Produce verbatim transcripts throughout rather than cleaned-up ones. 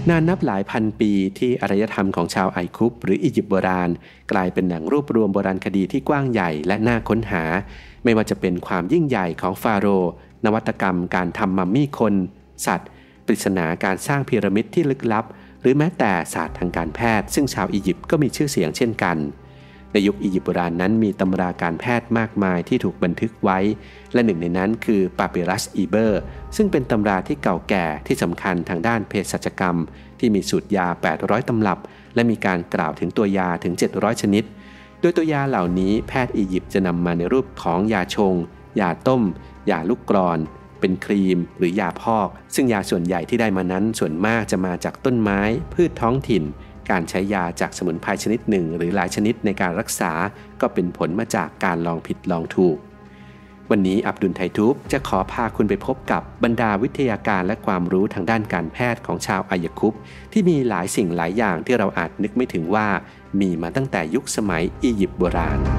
นานนับหลายพันปีที่อารยธรรมของชาวไอคุปหรืออียิปต์โบราณกลายเป็นแหล่งรวบรวมโบราณคดีที่กว้างใหญ่และน่าค้นหาไม่ว่าจะเป็นความยิ่งใหญ่ของฟาโรห์นวัตกรรมการทำมัมมี่คนสัตว์ปริศนาการสร้างพีระมิดที่ลึกลับหรือแม้แต่ศาสตร์ทางการแพทย์ซึ่งชาวอียิปต์ก็มีชื่อเสียงเช่นกันในยุคอียิปต์โบราณนั้นมีตำราการแพทย์มากมายที่ถูกบันทึกไว้และหนึ่งในนั้นคือปาปิรัสอีเบอร์ซึ่งเป็นตำราที่เก่าแก่ที่สำคัญทางด้านเภสัชกรรมที่มีสูตรยาแปดร้อยตำรับและมีการกล่าวถึงตัวยาถึงเจ็ดร้อยชนิดโดยตัวยาเหล่านี้แพทย์อียิปต์จะนำมาในรูปของยาชงยาต้มยาลูกกรอนเป็นครีมหรือยาพอกซึ่งยาส่วนใหญ่ที่ได้มานั้นส่วนมากจะมาจากต้นไม้พืชท้องถิ่นการใช้ยาจากสมุนไพรชนิดหนึ่งหรือหลายชนิดในการรักษาก็เป็นผลมาจากการลองผิดลองถูกวันนี้อับดุลไททูบจะขอพาคุณไปพบกับบรรดาวิทยาการและความรู้ทางด้านการแพทย์ของชาวอายะคุปที่มีหลายสิ่งหลายอย่างที่เราอาจนึกไม่ถึงว่ามีมาตั้งแต่ยุคสมัยอียิปต์โบราณ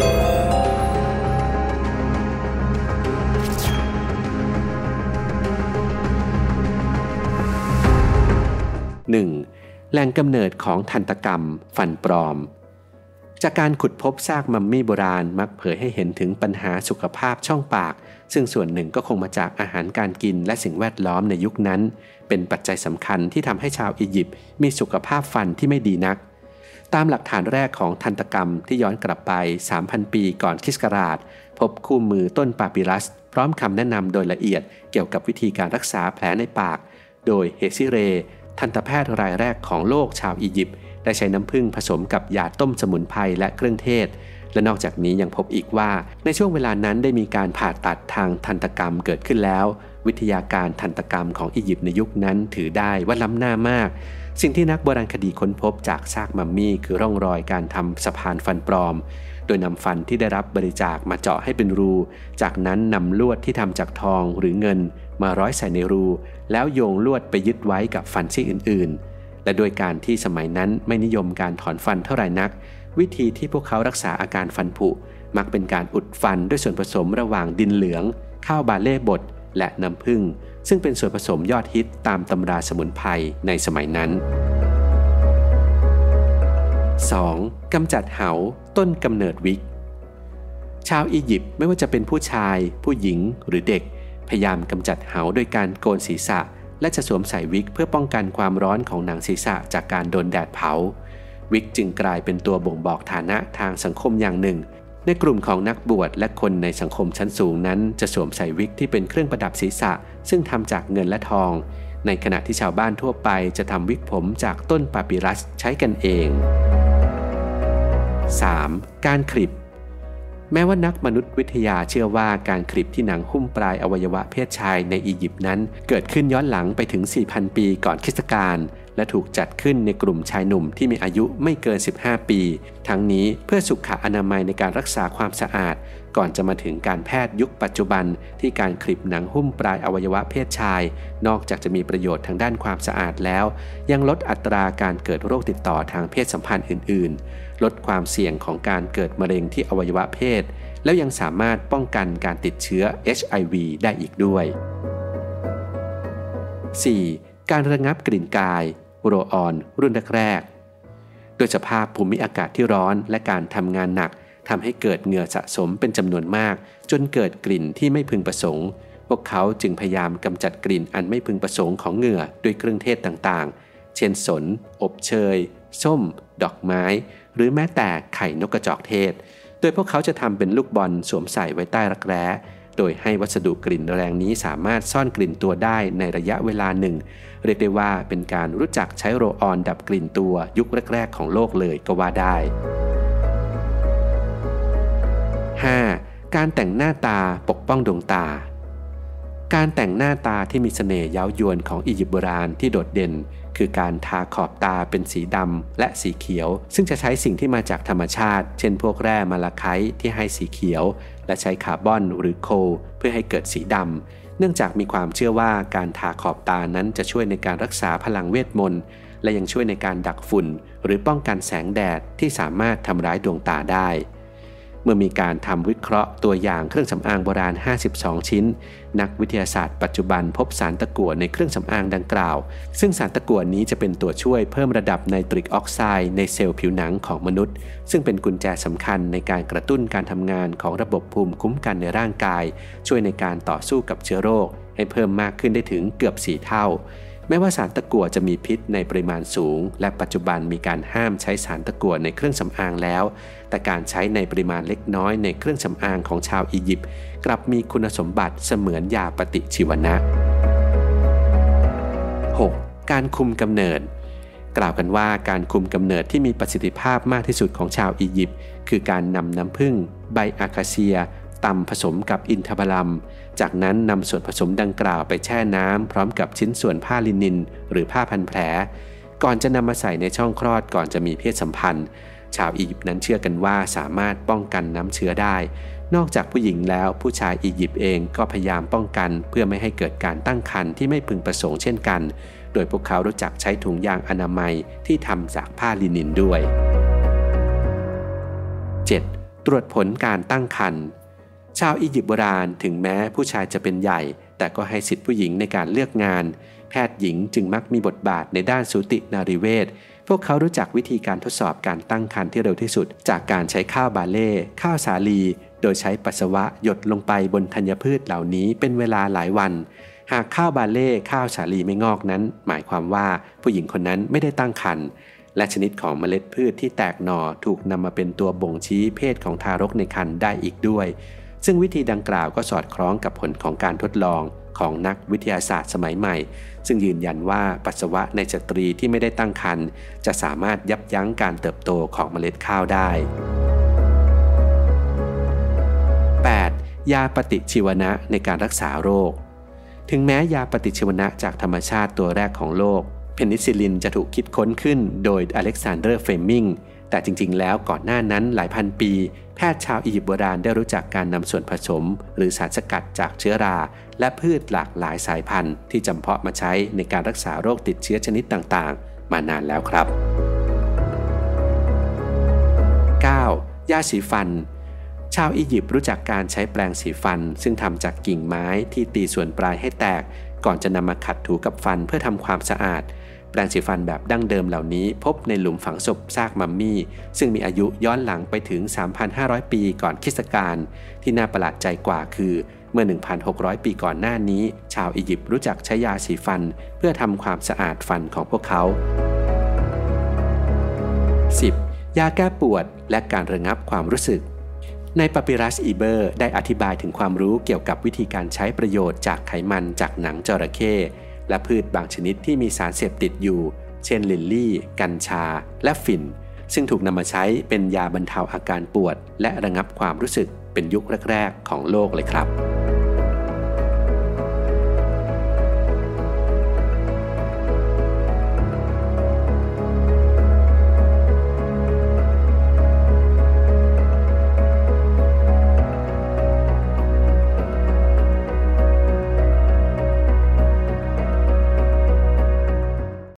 หนึ่งแหล่งกำเนิดของทันตกรรมฟันปลอมจากการขุดพบซากมัมมี่โบราณมักเผยให้เห็นถึงปัญหาสุขภาพช่องปากซึ่งส่วนหนึ่งก็คงมาจากอาหารการกินและสิ่งแวดล้อมในยุคนั้นเป็นปัจจัยสำคัญที่ทำให้ชาวอียิปต์มีสุขภาพฟันที่ไม่ดีนักตามหลักฐานแรกของทันตกรรมที่ย้อนกลับไป สามพัน ปีก่อนคริสต์ศักราชพบคู่มือต้นปาปิรัสพร้อมคำแนะนำโดยละเอียดเกี่ยวกับวิธีการรักษาแผลในปากโดยเฮซิเรทันตแพทย์รายแรกของโลกชาวอียิปต์ได้ใช้น้ำผึ้งผสมกับยาต้มสมุนไพรและเครื่องเทศและนอกจากนี้ยังพบอีกว่าในช่วงเวลานั้นได้มีการผ่าตัดทางทันตกรรมเกิดขึ้นแล้ววิทยาการทันตกรรมของอียิปต์ในยุคนั้นถือได้ว่าล้ำหน้ามากสิ่งที่นักโบราณคดีค้นพบจากซากมัมมี่คือร่องรอยการทำสะพานฟันปลอมโดยนำฟันที่ได้รับบริจาคมาเจาะให้เป็นรูจากนั้นนำลวดที่ทำจากทองหรือเงินมาร้อยใส่ในรูแล้วโยงลวดไปยึดไว้กับฟันซี่อื่นๆและโดยการที่สมัยนั้นไม่นิยมการถอนฟันเท่าไหร่นักวิธีที่พวกเขารักษาอาการฟันผุมักเป็นการอุดฟันด้วยส่วนผสมระหว่างดินเหลืองข้าวบาเล่บดและน้ำผึ้งซึ่งเป็นส่วนผสมยอดฮิตตามตำราสมุนไพรในสมัยนั้น สอง. กำจัดเหาต้นกำเนิดวิกชาวอียิปต์ไม่ว่าจะเป็นผู้ชายผู้หญิงหรือเด็กพยายามกำจัดเหาโดยการโกนศีรษะและจะสวมใส่วิกเพื่อป้องกันความร้อนของหนังศีรษะจากการโดนแดดเผาวิกจึงกลายเป็นตัวบ่งบอกฐานะทางสังคมอย่างหนึ่งในกลุ่มของนักบวชและคนในสังคมชั้นสูงนั้นจะสวมใส่วิกที่เป็นเครื่องประดับศีรษะซึ่งทำจากเงินและทองในขณะที่ชาวบ้านทั่วไปจะทำวิกผมจากต้นปาปิรัสใช้กันเอง สาม. การคลิปแม้ว่านักมนุษยวิทยาเชื่อว่าการคลิปที่หนังหุ้มปลายอวัยวะเพศชายในอียิปต์นั้นเกิดขึ้นย้อนหลังไปถึง สี่พัน ปีก่อนคริสตกาลและถูกจัดขึ้นในกลุ่มชายหนุ่มที่มีอายุไม่เกิน สิบห้า ปีทั้งนี้เพื่อสุขอนามัยในการรักษาความสะอาดก่อนจะมาถึงการแพทย์ยุคปัจจุบันที่การคลิปหนังหุ้มปลายอวัยวะเพศชายนอกจากจะมีประโยชน์ทางด้านความสะอาดแล้วยังลดอัตราการเกิดโรคติดต่อทางเพศสัมพันธ์อื่นๆลดความเสี่ยงของการเกิดมะเร็งที่อวัยวะเพศแล้วยังสามารถป้องกันการติดเชื้อ เอช ไอ วี ได้อีกด้วย สี่. การระงับกลิ่นกายโรลออนรุ่นแรกๆโดยสภาพภูมิอากาศที่ร้อนและการทำงานหนักทำให้เกิดเหงื่อสะสมเป็นจำนวนมากจนเกิดกลิ่นที่ไม่พึงประสงค์พวกเขาจึงพยายามกำจัดกลิ่นอันไม่พึงประสงค์ของเหงื่อด้วยเครื่องเทศต่างๆเช่นสนอบเชยส้มดอกไม้หรือแม้แต่ไข่นกกระจอกเทศโดยพวกเขาจะทำเป็นลูกบอลสวมใส่ไว้ใต้รักแร้โดยให้วัสดุกลิ่นแรงนี้สามารถซ่อนกลิ่นตัวได้ในระยะเวลาหนึ่งเรียกได้ว่าเป็นการรู้จักใช้โรลออนดับกลิ่นตัวยุคแรกๆของโลกเลยก็ว่าได้ ห้า. การแต่งหน้าตาปกป้องดวงตาการแต่งหน้าตาที่มีเสน่ห์เย้ายวนของอียิปต์โบราณที่โดดเด่นคือการทาขอบตาเป็นสีดำและสีเขียวซึ่งจะใช้สิ่งที่มาจากธรรมชาติเช่นพวกแร่มาลาไคต์ที่ให้สีเขียวและใช้คาร์บอนหรือโคลเพื่อให้เกิดสีดำเนื่องจากมีความเชื่อว่าการทาขอบตานั้นจะช่วยในการรักษาพลังเวทมนต์และยังช่วยในการดักฝุ่นหรือป้องกันแสงแดดที่สามารถทำร้ายดวงตาได้มื่อมีการทำวิเคราะห์ตัวอย่างเครื่องสำอางโบราณห้าสิบสองชิ้นนักวิทยาศาสตร์ปัจจุบันพบสารตะกั่วในเครื่องสำอางดังกล่าวซึ่งสารตะกั่วนี้จะเป็นตัวช่วยเพิ่มระดับไนตริกออกไซด์ในเซลล์ผิวหนังของมนุษย์ซึ่งเป็นกุญแจสำคัญในการกระตุ้นการทำงานของระบบภูมิคุ้มกันในร่างกายช่วยในการต่อสู้กับเชื้อโรคให้เพิ่มมากขึ้นได้ถึงเกือบสี่เท่าแม้ว่าสารตะกั่วจะมีพิษในปริมาณสูงและปัจจุบันมีการห้ามใช้สารตะกั่วในเครื่องสำอางแล้วแต่การใช้ในปริมาณเล็กน้อยในเครื่องสำอางของชาวอียิปต์กลับมีคุณสมบัติเสมือนยาปฏิชีวนะ หก. การคุมกำเนิดกล่าวกันว่าการคุมกำเนิดที่มีประสิทธิภาพมากที่สุดของชาวอียิปต์คือการนำน้ำผึ้งใบอาคาเซียตำผสมกับอินทผลัมจากนั้นนำส่วนผสมดังกล่าวไปแช่น้ำพร้อมกับชิ้นส่วนผ้าลินินหรือผ้าพันแผลก่อนจะนำมาใส่ในช่องคลอดก่อนจะมีเพศสัมพันธ์ชาวอียิปต์นั้นเชื่อกันว่าสามารถป้องกันน้ำเชื้อได้นอกจากผู้หญิงแล้วผู้ชายอียิปต์เองก็พยายามป้องกันเพื่อไม่ให้เกิดการตั้งครรภ์ที่ไม่พึงประสงค์เช่นกันโดยพวกเขารู้จักใช้ถุงยางอนามัยที่ทำจากผ้าลินินด้วย เจ็ด. ตรวจผลการตั้งครรภ์ชาวอียิปต์โบราณถึงแม้ผู้ชายจะเป็นใหญ่แต่ก็ให้สิทธิผู้หญิงในการเลือกงานแพทย์หญิงจึงมักมีบทบาทในด้านสูตินารีเวชพวกเขารู้จักวิธีการทดสอบการตั้งครรภ์ที่เร็วที่สุดจากการใช้ข้าวบาเล่ข้าวสาลีโดยใช้ปัสสาวะหยดลงไปบนธัญพืชเหล่านี้เป็นเวลาหลายวันหากข้าวบาเล่ข้าวสาลีไม่งอกนั้นหมายความว่าผู้หญิงคนนั้นไม่ได้ตั้งครรภ์และชนิดของเมล็ดพืชที่แตกหน่อถูกนำมาเป็นตัวบ่งชี้เพศของทารกในครรภ์ได้อีกด้วยซึ่งวิธีดังกล่าวก็สอดคล้องกับผลของการทดลองของนักวิทยาศาสตร์สมัยใหม่ซึ่งยืนยันว่าปัสสาวะในสตรีที่ไม่ได้ตั้งครรภ์จะสามารถยับยั้งการเติบโตของเมล็ดข้าวได้ แปด. ยาปฏิชีวนะในการรักษาโรคถึงแม้ยาปฏิชีวนะจากธรรมชาติตัวแรกของโลกเพนิซิลลินจะถูกคิดค้นขึ้นโดยอเล็กซานเดอร์เฟลมิงแต่จริงๆแล้วก่อนหน้านั้นหลายพันปีแพทย์ชาวอียิปต์โบราณได้รู้จักการนำส่วนผสมหรือสารสกัดจากเชื้อราและพืชหลากหลายสายพันธุ์ที่จำเพาะมาใช้ในการรักษาโรคติดเชื้อชนิดต่างๆมานานแล้วครับ เก้า. ยาสีฟันชาวอียิปต์รู้จักการใช้แปรงสีฟันซึ่งทำจากกิ่งไม้ที่ตีส่วนปลายให้แตกก่อนจะนำมาขัดถูกับฟันเพื่อทำความสะอาดแปรงสีฟันแบบดั้งเดิมเหล่านี้พบในหลุมฝังศพซากมัมมี่ซึ่งมีอายุย้อนหลังไปถึง สามพันห้าร้อย ปีก่อนคริสตกาลที่น่าประหลาดใจกว่าคือเมื่อ หนึ่งพันหกร้อย ปีก่อนหน้านี้ชาวอียิปต์รู้จักใช้ยาสีฟันเพื่อทำความสะอาดฟันของพวกเขา สิบ. ยาแก้ปวดและการระงับความรู้สึกในปาปิรัสอีเบอร์ได้อธิบายถึงความรู้เกี่ยวกับวิธีการใช้ประโยชน์จากไขมันจากหนังจระเข้และพืชบางชนิดที่มีสารเสพติดอยู่เช่นลิลลี่กัญชาและฝิ่นซึ่งถูกนำมาใช้เป็นยาบรรเทาอาการปวดและระงับความรู้สึกเป็นยุคแรกๆของโลกเลยครับ